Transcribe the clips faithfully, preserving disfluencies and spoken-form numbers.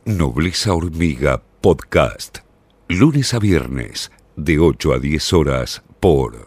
Nobleza Hormiga Podcast. Lunes a viernes, de ocho a diez horas, por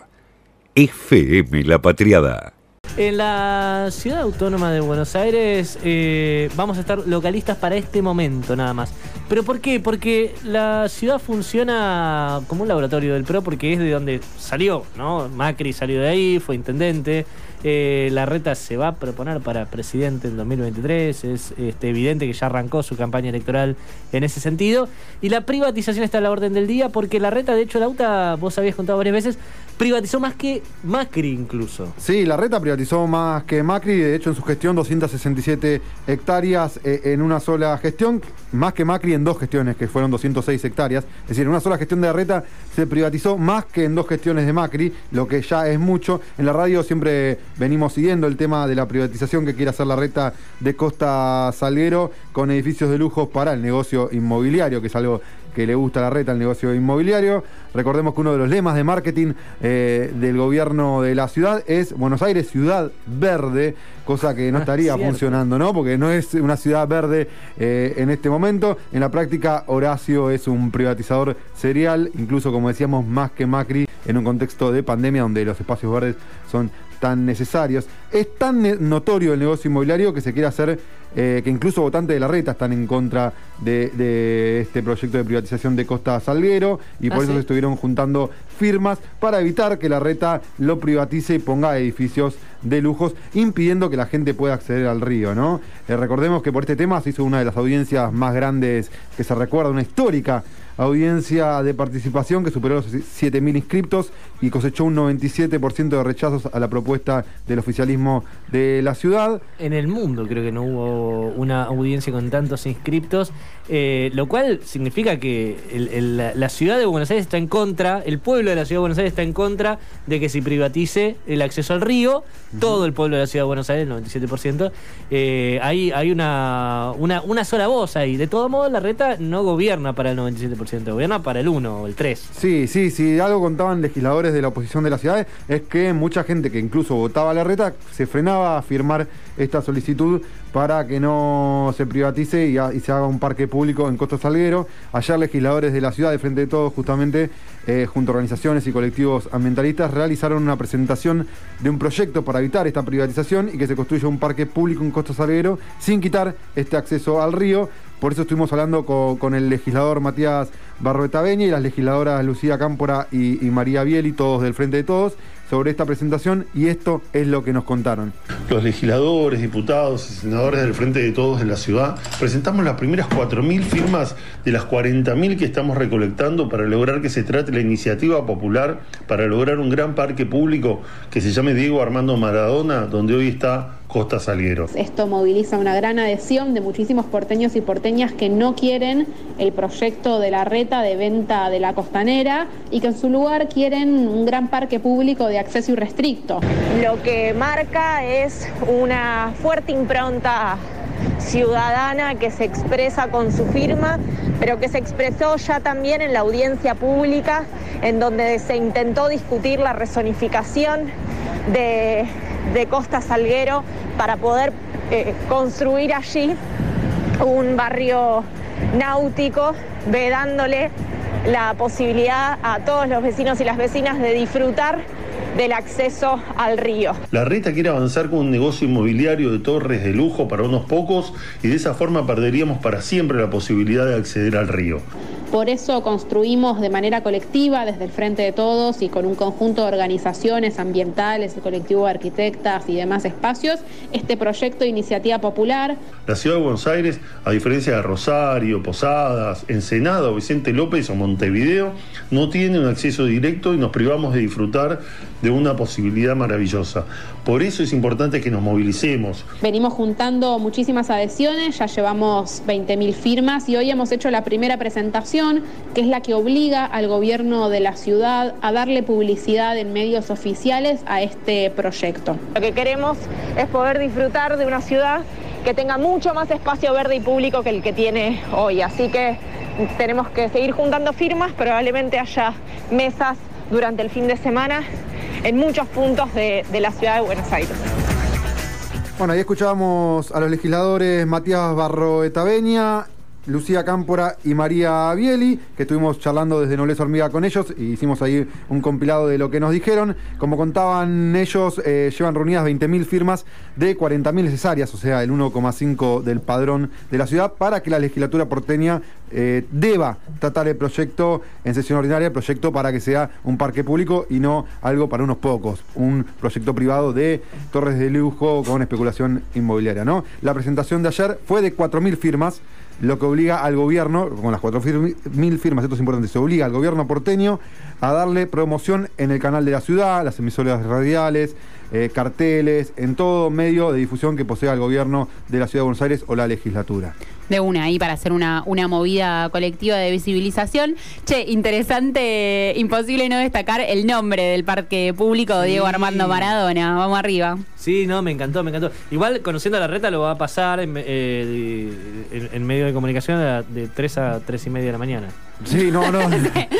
F M La Patriada. En la Ciudad Autónoma de Buenos Aires eh, vamos a estar localistas para este momento nada más. ¿Pero por qué? Porque la ciudad funciona como un laboratorio del P R O, porque es de donde salió, ¿no? Macri salió de ahí, fue intendente. Eh, Larreta se va a proponer para presidente en dos mil veintitrés. Es este, evidente que ya arrancó su campaña electoral en ese sentido. Y la privatización está a la orden del día, porque Larreta, de hecho, Lauta, vos habías contado varias veces, privatizó más que Macri incluso. Sí, Larreta privatizó más que Macri. De hecho, en su gestión, doscientas sesenta y siete hectáreas eh, en una sola gestión. Más que Macri en dos gestiones, que fueron doscientas seis hectáreas. Es decir, en una sola gestión de Larreta se privatizó más que en dos gestiones de Macri, lo que ya es mucho. En la radio siempre venimos siguiendo el tema de la privatización que quiere hacer Larreta de Costa Salguero, con edificios de lujo para el negocio inmobiliario, que es algo que le gusta a Larreta, el negocio inmobiliario. Recordemos que uno de los lemas de marketing eh, del gobierno de la ciudad es Buenos Aires, ciudad verde, cosa que no estaría ah, funcionando, ¿no? Porque no es una ciudad verde eh, en este momento. En la práctica, Horacio es un privatizador serial, incluso, como decíamos, más que Macri, en un contexto de pandemia donde los espacios verdes son tan necesarios. Es tan notorio el negocio inmobiliario que se quiere hacer, eh, que incluso votantes de Larreta están en contra de, de este proyecto de privatización de Costa Salguero, y por ah, eso ¿sí? se estuvieron juntando firmas para evitar que Larreta lo privatice y ponga edificios de lujos, impidiendo que la gente pueda acceder al río, ¿no? Eh, recordemos que por este tema se hizo una de las audiencias más grandes que se recuerda, una histórica audiencia de participación que superó los siete mil inscriptos y cosechó un noventa y siete por ciento de rechazos a la propuesta del oficialismo de la ciudad. En el mundo creo que no hubo una audiencia con tantos inscriptos, eh, lo cual significa que el, el, la, la ciudad de Buenos Aires está en contra, el pueblo de la ciudad de Buenos Aires está en contra de que se privatice el acceso al río. Uh-huh. Todo el pueblo de la ciudad de Buenos Aires, el noventa y siete por ciento. Eh, hay hay una, una, una sola voz ahí. De todo modo, Larreta no gobierna para el noventa y siete por ciento, gobierna para el uno o el tres. Sí, sí, sí, algo contaban legisladores de la oposición de la ciudad es que mucha gente que incluso votaba a Larreta se frenaba a firmar esta solicitud para que no se privatice y, a, y se haga un parque público en Costa Salguero. Ayer legisladores de la ciudad, de Frente de Todos, justamente, eh, junto a organizaciones y colectivos ambientalistas, realizaron una presentación de un proyecto para evitar esta privatización y que se construya un parque público en Costa Salguero sin quitar este acceso al río. Por eso estuvimos hablando con, con el legislador Matías Barroetaveña y las legisladoras Lucía Cámpora y, y María Bieli, todos del Frente de Todos, sobre esta presentación, y esto es lo que nos contaron. Los legisladores, diputados y senadores del Frente de Todos de la ciudad presentamos las primeras cuatro mil firmas de las cuarenta mil que estamos recolectando para lograr que se trate la iniciativa popular para lograr un gran parque público que se llame Diego Armando Maradona, donde hoy está Costa Salguero. Esto moviliza una gran adhesión de muchísimos porteños y porteñas que no quieren el proyecto de Larreta de venta de la costanera y que en su lugar quieren un gran parque público de acceso irrestricto. Lo que marca es una fuerte impronta ciudadana que se expresa con su firma, pero que se expresó ya también en la audiencia pública, en donde se intentó discutir la rezonificación de, de Costa Salguero para poder eh, construir allí un barrio náutico, vedándole la posibilidad a todos los vecinos y las vecinas de disfrutar del acceso al río. Larreta quiere avanzar con un negocio inmobiliario de torres de lujo para unos pocos y de esa forma perderíamos para siempre la posibilidad de acceder al río. Por eso construimos de manera colectiva desde el Frente de Todos y con un conjunto de organizaciones ambientales, el colectivo de arquitectas y demás espacios, este proyecto de iniciativa popular. La ciudad de Buenos Aires, a diferencia de Rosario, Posadas, Ensenada, Vicente López o Montevideo, no tiene un acceso directo y nos privamos de disfrutar de una posibilidad maravillosa. Por eso es importante que nos movilicemos. Venimos juntando muchísimas adhesiones, ya llevamos veinte mil firmas y hoy hemos hecho la primera presentación, que es la que obliga al gobierno de la ciudad a darle publicidad en medios oficiales a este proyecto. Lo que queremos es poder disfrutar de una ciudad que tenga mucho más espacio verde y público que el que tiene hoy. Así que tenemos que seguir juntando firmas, probablemente haya mesas durante el fin de semana en muchos puntos de, de la ciudad de Buenos Aires. Bueno, ahí escuchábamos a los legisladores Matías Barroetaveña Lucía Cámpora y María Bieli, que estuvimos charlando desde Nobleza Hormiga con ellos y hicimos ahí un compilado de lo que nos dijeron. Como contaban ellos, eh, llevan reunidas veinte mil firmas de cuarenta mil necesarias, o sea, el uno coma cinco del padrón de la ciudad, para que la legislatura porteña eh, deba tratar el proyecto en sesión ordinaria, el proyecto para que sea un parque público y no algo para unos pocos, un proyecto privado de torres de lujo con especulación inmobiliaria, ¿no? La presentación de ayer fue de cuatro mil firmas, lo que obliga al gobierno, con las cuatro mil firmas, esto es importante, se obliga al gobierno porteño a darle promoción en el canal de la ciudad, las emisoras radiales, eh, carteles, en todo medio de difusión que posea el gobierno de la Ciudad de Buenos Aires o la legislatura. De una, ahí para hacer una, una movida colectiva de visibilización. Che, interesante, imposible no destacar el nombre del parque público, sí. Diego Armando Maradona. Vamos arriba. Sí, no, me encantó, me encantó. Igual, conociendo a Larreta, lo va a pasar en, eh, en, en medio de comunicación de tres a tres y media de la mañana. Sí, no, no.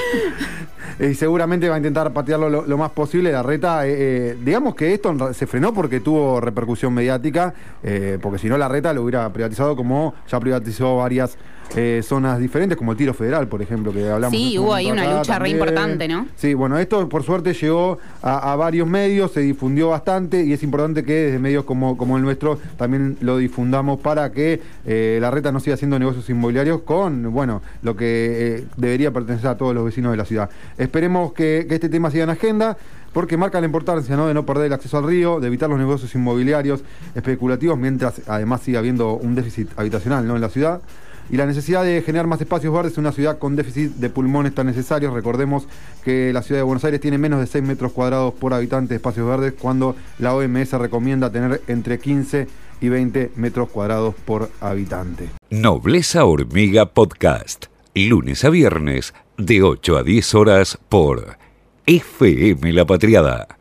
Y seguramente va a intentar patearlo lo, lo más posible. Larreta, eh, eh, digamos que esto se frenó porque tuvo repercusión mediática, eh, porque si no Larreta lo hubiera privatizado, como ya privatizó varias eh, zonas diferentes, como el Tiro Federal, por ejemplo, que hablamos. Sí, hubo ahí una lucha también. Re importante, ¿no? Sí, bueno, esto por suerte llegó a, a varios medios, se difundió bastante y es importante que desde medios como, como el nuestro también lo difundamos para que eh, Larreta no siga haciendo negocios inmobiliarios con, bueno, lo que eh, debería pertenecer a todos los vecinos de la ciudad. Esperemos que, que este tema siga en agenda, porque marca la importancia, ¿no?, de no perder el acceso al río, de evitar los negocios inmobiliarios especulativos, mientras además siga habiendo un déficit habitacional, ¿no?, en la ciudad, y la necesidad de generar más espacios verdes en una ciudad con déficit de pulmones tan necesarios. Recordemos que la ciudad de Buenos Aires tiene menos de seis metros cuadrados por habitante de espacios verdes, cuando la O M S recomienda tener entre quince y veinte metros cuadrados por habitante. Nobleza Hormiga Podcast, lunes a viernes de ocho a diez horas por F M La Patriada.